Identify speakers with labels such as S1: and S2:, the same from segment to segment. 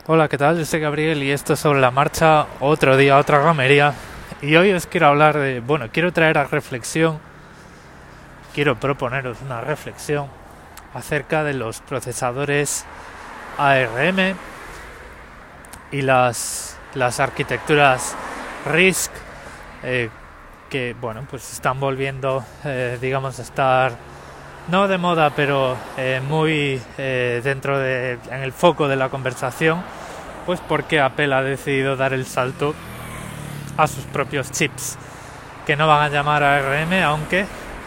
S1: Hola, ¿qué tal? Yo soy Gabriel y esto es Sobre la Marcha, otro día, otra romería. Y hoy os quiero hablar quiero traer a reflexión, quiero proponeros una reflexión acerca de los procesadores ARM y las arquitecturas RISC que, pues están volviendo, a estar no de moda, pero muy en el foco de la conversación, pues porque Apple ha decidido dar el salto a sus propios chips, que no van a llamar ARM, aunque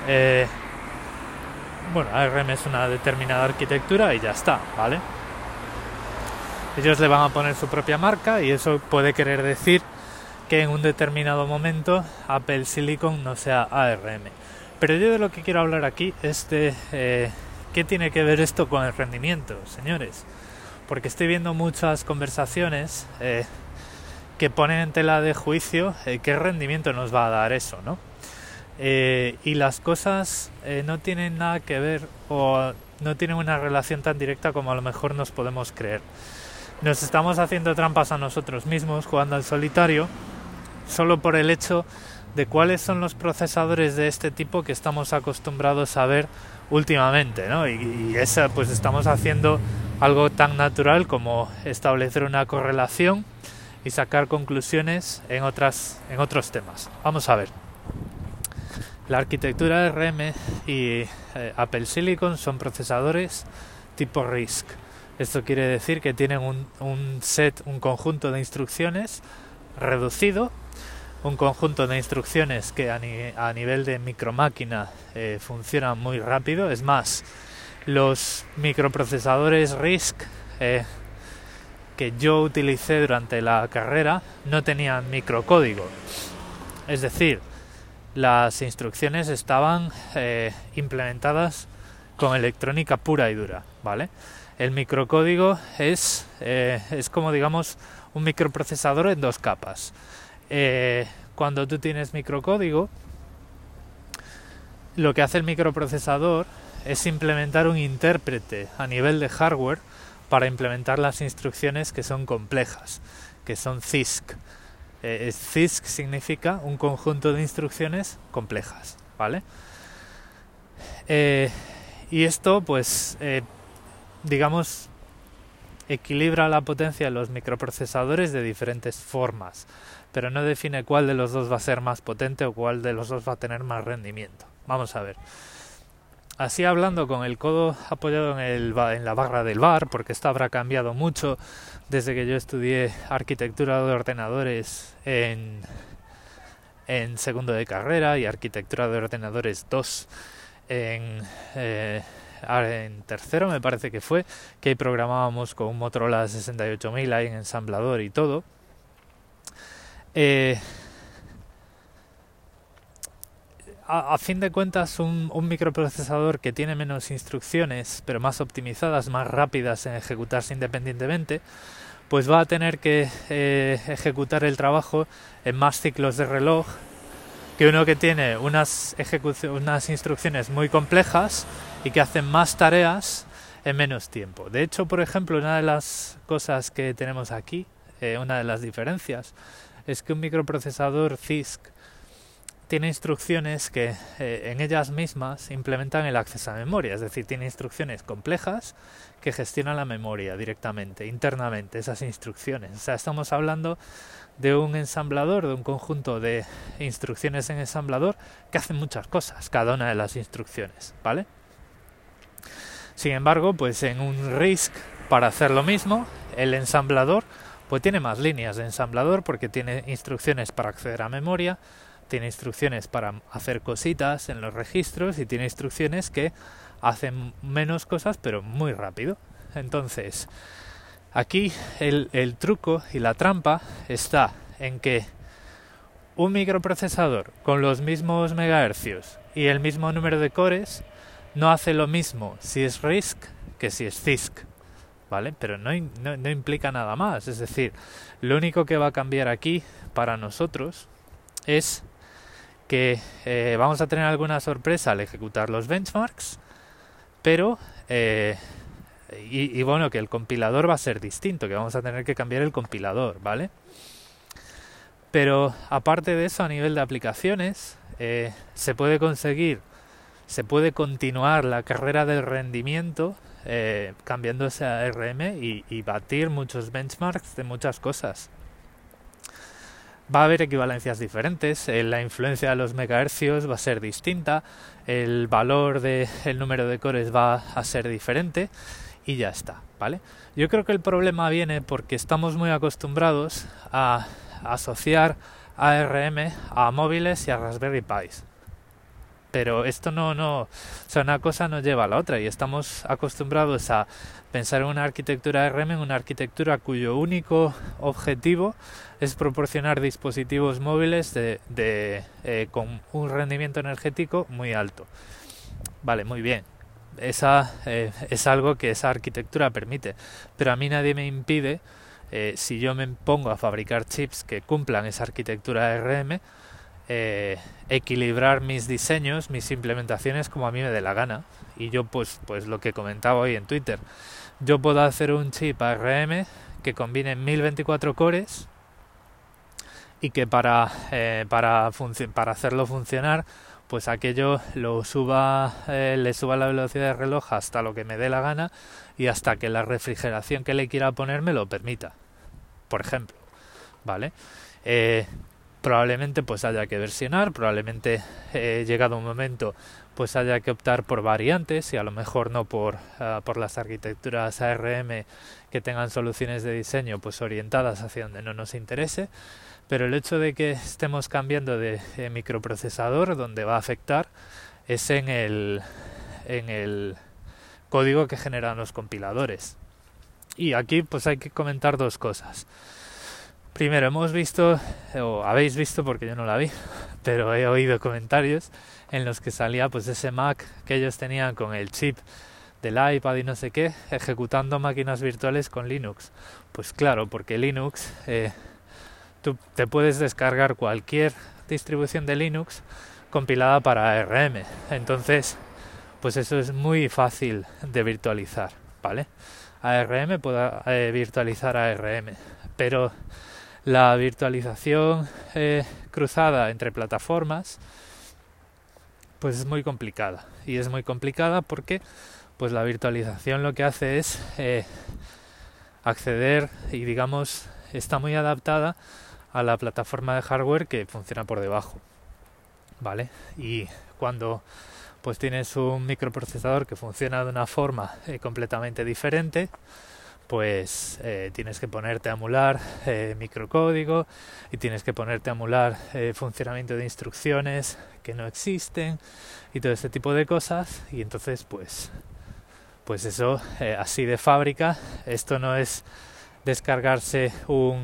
S1: ARM es una determinada arquitectura y ya está, ¿vale? Ellos le van a poner su propia marca y eso puede querer decir que en un determinado momento Apple Silicon no sea ARM. Pero yo de lo que quiero hablar aquí es de qué tiene que ver esto con el rendimiento, señores. Porque estoy viendo muchas conversaciones que ponen en tela de juicio qué rendimiento nos va a dar eso, ¿no? Y las cosas no tienen nada que ver o no tienen una relación tan directa como a lo mejor nos podemos creer. Nos estamos haciendo trampas a nosotros mismos jugando al solitario solo por el hecho de cuáles son los procesadores de este tipo que estamos acostumbrados a ver últimamente, ¿no? Y pues estamos haciendo algo tan natural como establecer una correlación y sacar conclusiones en otros temas. Vamos a ver. La arquitectura ARM y Apple Silicon son procesadores tipo RISC. Esto quiere decir que tienen un conjunto de instrucciones reducido, un conjunto de instrucciones que a nivel de micromáquina funcionan muy rápido. Es más, los microprocesadores RISC que yo utilicé durante la carrera no tenían microcódigo. Es decir, las instrucciones estaban implementadas con electrónica pura y dura, ¿vale? El microcódigo es como, digamos, un microprocesador en dos capas. Cuando tú tienes microcódigo, lo que hace el microprocesador es implementar un intérprete a nivel de hardware para implementar las instrucciones que son complejas, que son CISC. CISC significa un conjunto de instrucciones complejas, ¿vale? Y esto, pues, equilibra la potencia de los microprocesadores de diferentes formas, pero no define cuál de los dos va a ser más potente o cuál de los dos va a tener más rendimiento. Vamos a ver. Así, hablando con el codo apoyado en la barra del bar, porque esto habrá cambiado mucho desde que yo estudié arquitectura de ordenadores en segundo de carrera y arquitectura de ordenadores 2 en tercero, me parece que fue, que ahí programábamos con un Motorola 68000 ahí en ensamblador y todo. A fin de cuentas, un microprocesador que tiene menos instrucciones, pero más optimizadas, más rápidas en ejecutarse independientemente, pues va a tener que ejecutar el trabajo en más ciclos de reloj que uno que tiene unas instrucciones muy complejas y que hacen más tareas en menos tiempo. De hecho, por ejemplo, una de las cosas que tenemos aquí, una de las diferencias, es que un microprocesador CISC tiene instrucciones que en ellas mismas implementan el acceso a memoria, es decir, tiene instrucciones complejas que gestionan la memoria directamente, internamente, esas instrucciones. O sea, estamos hablando de un ensamblador, de un conjunto de instrucciones en ensamblador que hacen muchas cosas, cada una de las instrucciones, ¿vale? Sin embargo, pues en un RISC, para hacer lo mismo, el ensamblador pues tiene más líneas de ensamblador porque tiene instrucciones para acceder a memoria, tiene instrucciones para hacer cositas en los registros y tiene instrucciones que hacen menos cosas pero muy rápido. Entonces, aquí el truco y la trampa está en que un microprocesador con los mismos megahercios y el mismo número de cores no hace lo mismo si es RISC que si es CISC, ¿vale? Pero no implica nada más. Es decir, lo único que va a cambiar aquí para nosotros es que vamos a tener alguna sorpresa al ejecutar los benchmarks, pero Y bueno, que el compilador va a ser distinto, que vamos a tener que cambiar el compilador, ¿vale? Pero aparte de eso, a nivel de aplicaciones, se puede continuar la carrera del rendimiento cambiándose a ARM y batir muchos benchmarks de muchas cosas. Va a haber equivalencias diferentes, la influencia de los megahercios va a ser distinta, el valor del número de cores va a ser diferente y ya está, ¿vale? Yo creo que el problema viene porque estamos muy acostumbrados a asociar ARM a móviles y a Raspberry Pis. Pero esto o sea, una cosa no lleva a la otra y estamos acostumbrados a pensar en una arquitectura ARM, en una arquitectura cuyo único objetivo es proporcionar dispositivos móviles con un rendimiento energético muy alto. Vale, muy bien. Es algo que esa arquitectura permite, pero a mí nadie me impide, si yo me pongo a fabricar chips que cumplan esa arquitectura ARM, equilibrar mis diseños, mis implementaciones como a mí me dé la gana. Y yo pues lo que comentaba hoy en Twitter, yo puedo hacer un chip ARM que combine 1024 cores y que para hacerlo funcionar, pues aquello le suba la velocidad de reloj hasta lo que me dé la gana y hasta que la refrigeración que le quiera poner me lo permita, por ejemplo, ¿vale? Probablemente pues haya que versionar, probablemente llegado un momento pues haya que optar por variantes y a lo mejor no por las arquitecturas ARM que tengan soluciones de diseño pues orientadas hacia donde no nos interese, pero el hecho de que estemos cambiando de microprocesador, donde va a afectar es en el código que generan los compiladores. Y aquí pues hay que comentar dos cosas. Primero, hemos visto, o habéis visto porque yo no la vi, pero he oído comentarios en los que salía pues ese Mac que ellos tenían con el chip del iPad y no sé qué, ejecutando máquinas virtuales con Linux. Pues claro, porque Linux, tú te puedes descargar cualquier distribución de Linux compilada para ARM. Entonces, pues eso es muy fácil de virtualizar, ¿vale? ARM puede virtualizar ARM, pero la virtualización cruzada entre plataformas pues es muy complicada, y es muy complicada porque pues la virtualización lo que hace es acceder y digamos está muy adaptada a la plataforma de hardware que funciona por debajo, ¿vale? Y cuando pues tienes un microprocesador que funciona de una forma completamente diferente, pues tienes que ponerte a emular microcódigo y tienes que ponerte a emular funcionamiento de instrucciones que no existen y todo este tipo de cosas, y entonces pues eso así de fábrica, esto no es descargarse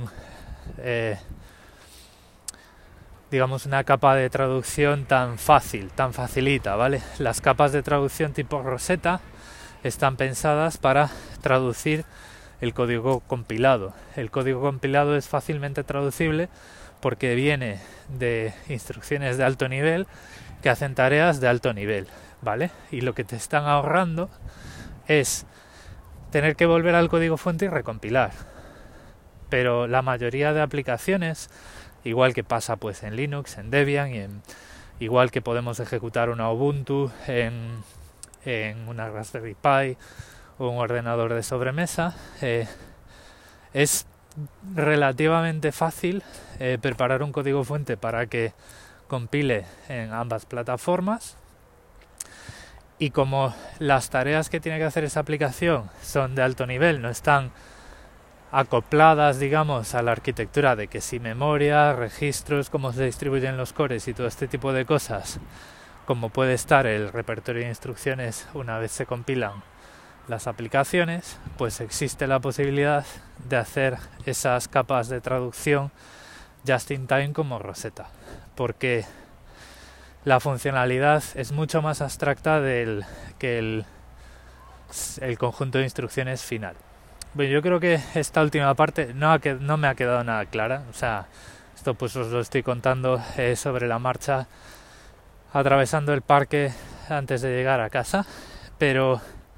S1: digamos una capa de traducción tan facilita, ¿vale? Las capas de traducción tipo Rosetta están pensadas para traducir el código compilado. El código compilado es fácilmente traducible porque viene de instrucciones de alto nivel que hacen tareas de alto nivel, ¿vale? Y lo que te están ahorrando es tener que volver al código fuente y recompilar. Pero la mayoría de aplicaciones, igual que pasa pues en Linux, en Debian y igual que podemos ejecutar una Ubuntu en una Raspberry Pi o un ordenador de sobremesa, es relativamente fácil preparar un código fuente para que compile en ambas plataformas, y como las tareas que tiene que hacer esa aplicación son de alto nivel, no están acopladas, digamos, a la arquitectura de que si memoria, registros, cómo se distribuyen los cores y todo este tipo de cosas, como puede estar el repertorio de instrucciones una vez se compilan las aplicaciones, pues existe la posibilidad de hacer esas capas de traducción just in time como Rosetta, porque la funcionalidad es mucho más abstracta que el conjunto de instrucciones final. Bueno, yo creo que esta última parte no me ha quedado nada clara, o sea, esto pues os lo estoy contando sobre la marcha, atravesando el parque antes de llegar a casa, pero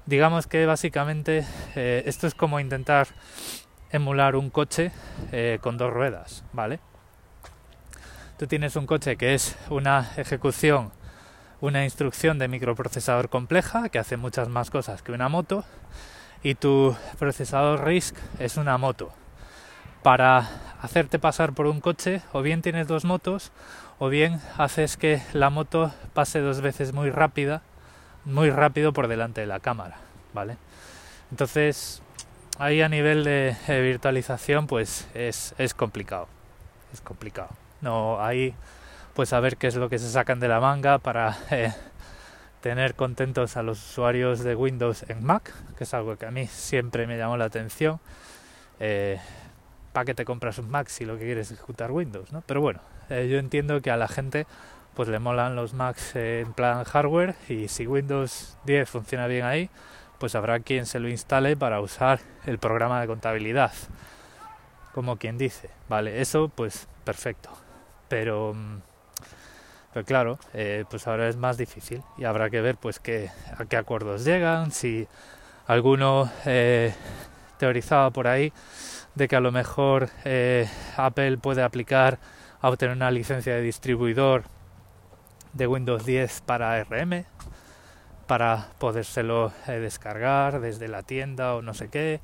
S1: digamos que básicamente esto es como intentar emular un coche con 2 ruedas, ¿vale? Tú tienes un coche que es una instrucción de microprocesador compleja que hace muchas más cosas que una moto, y tu procesador RISC es una moto. Para hacerte pasar por un coche, o bien tienes 2 motos, o bien haces que la moto pase 2 veces muy rápido por delante de la cámara, ¿vale? Entonces, ahí a nivel de virtualización, pues es complicado. Es complicado. No, ahí pues a ver qué es lo que se sacan de la manga para tener contentos a los usuarios de Windows en Mac, que es algo que a mí siempre me llamó la atención. ¿Para qué te compras un Mac si lo que quieres es ejecutar Windows, ¿no? Pero bueno, yo entiendo que a la gente pues le molan los Macs en plan hardware, y si Windows 10 funciona bien ahí, pues habrá quien se lo instale para usar el programa de contabilidad, como quien dice, vale, eso pues perfecto, pero claro, pues ahora es más difícil y habrá que ver pues a qué acuerdos llegan. Si alguno teorizaba por ahí de que a lo mejor Apple puede aplicar a obtener una licencia de distribuidor de Windows 10 para ARM, para podérselo descargar desde la tienda o no sé qué.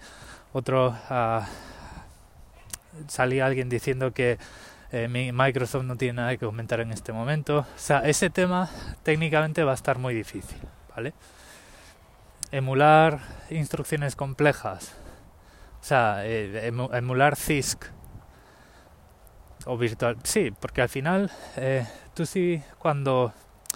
S1: Salía alguien diciendo que Microsoft no tiene nada que comentar en este momento. O sea, ese tema técnicamente va a estar muy difícil, ¿vale? Emular instrucciones complejas, o sea, emular CISC o virtual, sí, porque al final tú sí cuando...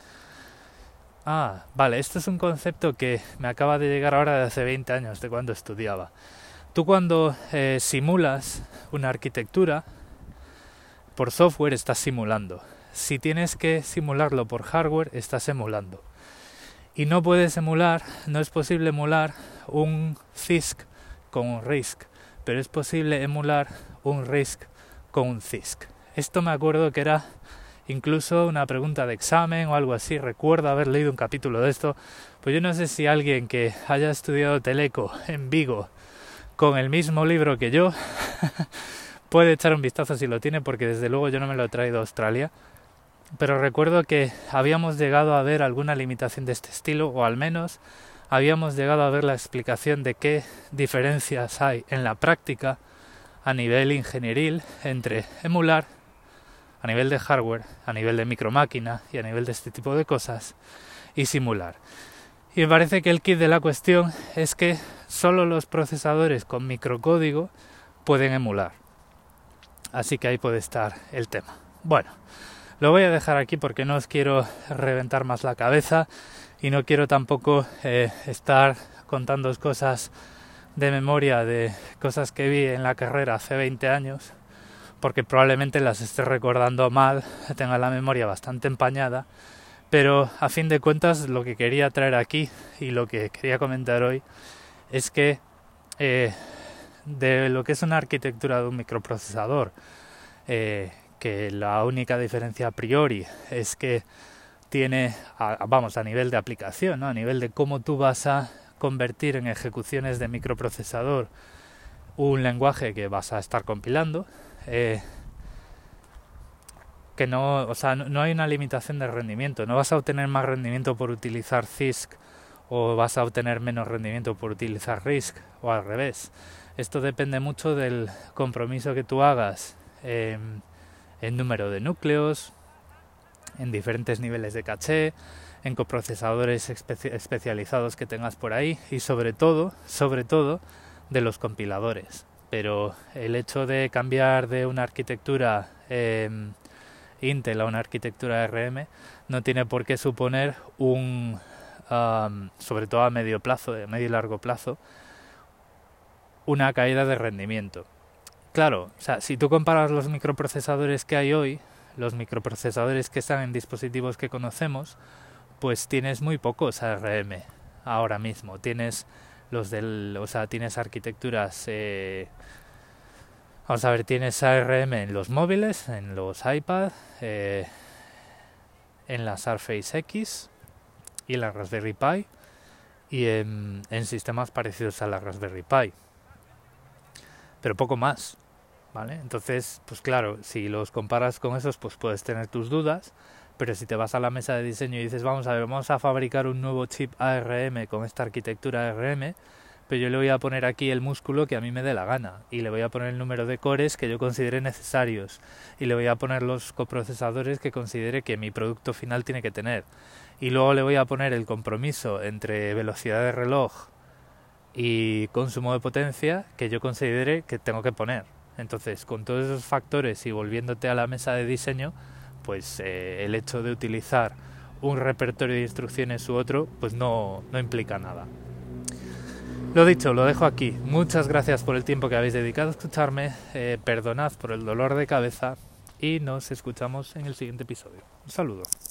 S1: vale, esto es un concepto que me acaba de llegar ahora de hace 20 años, de cuando estudiaba. Tú cuando simulas una arquitectura por software estás simulando. Si tienes que simularlo por hardware, estás emulando. Y no es posible emular un CISC con un RISC, pero es posible emular un RISC con un CISC. Esto me acuerdo que era incluso una pregunta de examen o algo así. Recuerdo haber leído un capítulo de esto. Pues yo no sé si alguien que haya estudiado Teleco en Vigo con el mismo libro que yo puede echar un vistazo si lo tiene, porque desde luego yo no me lo he traído a Australia. Pero recuerdo que habíamos llegado a ver alguna limitación de este estilo, o al menos habíamos llegado a ver la explicación de qué diferencias hay en la práctica a nivel ingenieril entre emular a nivel de hardware, a nivel de micromáquina y a nivel de este tipo de cosas, y simular. Y me parece que el kit de la cuestión es que solo los procesadores con microcódigo pueden emular. Así que ahí puede estar el tema. Bueno, lo voy a dejar aquí porque no os quiero reventar más la cabeza y no quiero tampoco estar contándoos cosas de memoria de cosas que vi en la carrera hace 20 años, porque probablemente las esté recordando mal, tenga la memoria bastante empañada. Pero a fin de cuentas lo que quería traer aquí y lo que quería comentar hoy es que de lo que es una arquitectura de un microprocesador, que la única diferencia a priori es que tiene, a nivel de aplicación, ¿no? A nivel de cómo tú vas a convertir en ejecuciones de microprocesador un lenguaje que vas a estar compilando, que no, o sea, no hay una limitación de rendimiento. No vas a obtener más rendimiento por utilizar CISC o vas a obtener menos rendimiento por utilizar RISC, o al revés. Esto depende mucho del compromiso que tú hagas en número de núcleos, en diferentes niveles de caché, en coprocesadores especializados que tengas por ahí, y sobre todo de los compiladores. Pero el hecho de cambiar de una arquitectura Intel a una arquitectura ARM no tiene por qué suponer sobre todo a medio y largo plazo, una caída de rendimiento. Claro, o sea, si tú comparas los microprocesadores que hay hoy, los microprocesadores que están en dispositivos que conocemos, pues tienes muy pocos ARM ahora mismo. Tienes tienes arquitecturas, tienes ARM en los móviles, en los iPad, en la Surface X y la Raspberry Pi, y en sistemas parecidos a la Raspberry Pi. Pero poco más, ¿vale? Entonces, pues claro, si los comparas con esos, pues puedes tener tus dudas, pero si te vas a la mesa de diseño y dices, vamos a fabricar un nuevo chip ARM con esta arquitectura ARM, pero yo le voy a poner aquí el músculo que a mí me dé la gana, y le voy a poner el número de cores que yo considere necesarios, y le voy a poner los coprocesadores que considere que mi producto final tiene que tener, y luego le voy a poner el compromiso entre velocidad de reloj y consumo de potencia que yo considere que tengo que poner. Entonces, con todos esos factores y volviéndote a la mesa de diseño, pues el hecho de utilizar un repertorio de instrucciones u otro, pues no implica nada. Lo dicho, lo dejo aquí. Muchas gracias por el tiempo que habéis dedicado a escucharme, perdonad por el dolor de cabeza y nos escuchamos en el siguiente episodio. Un saludo.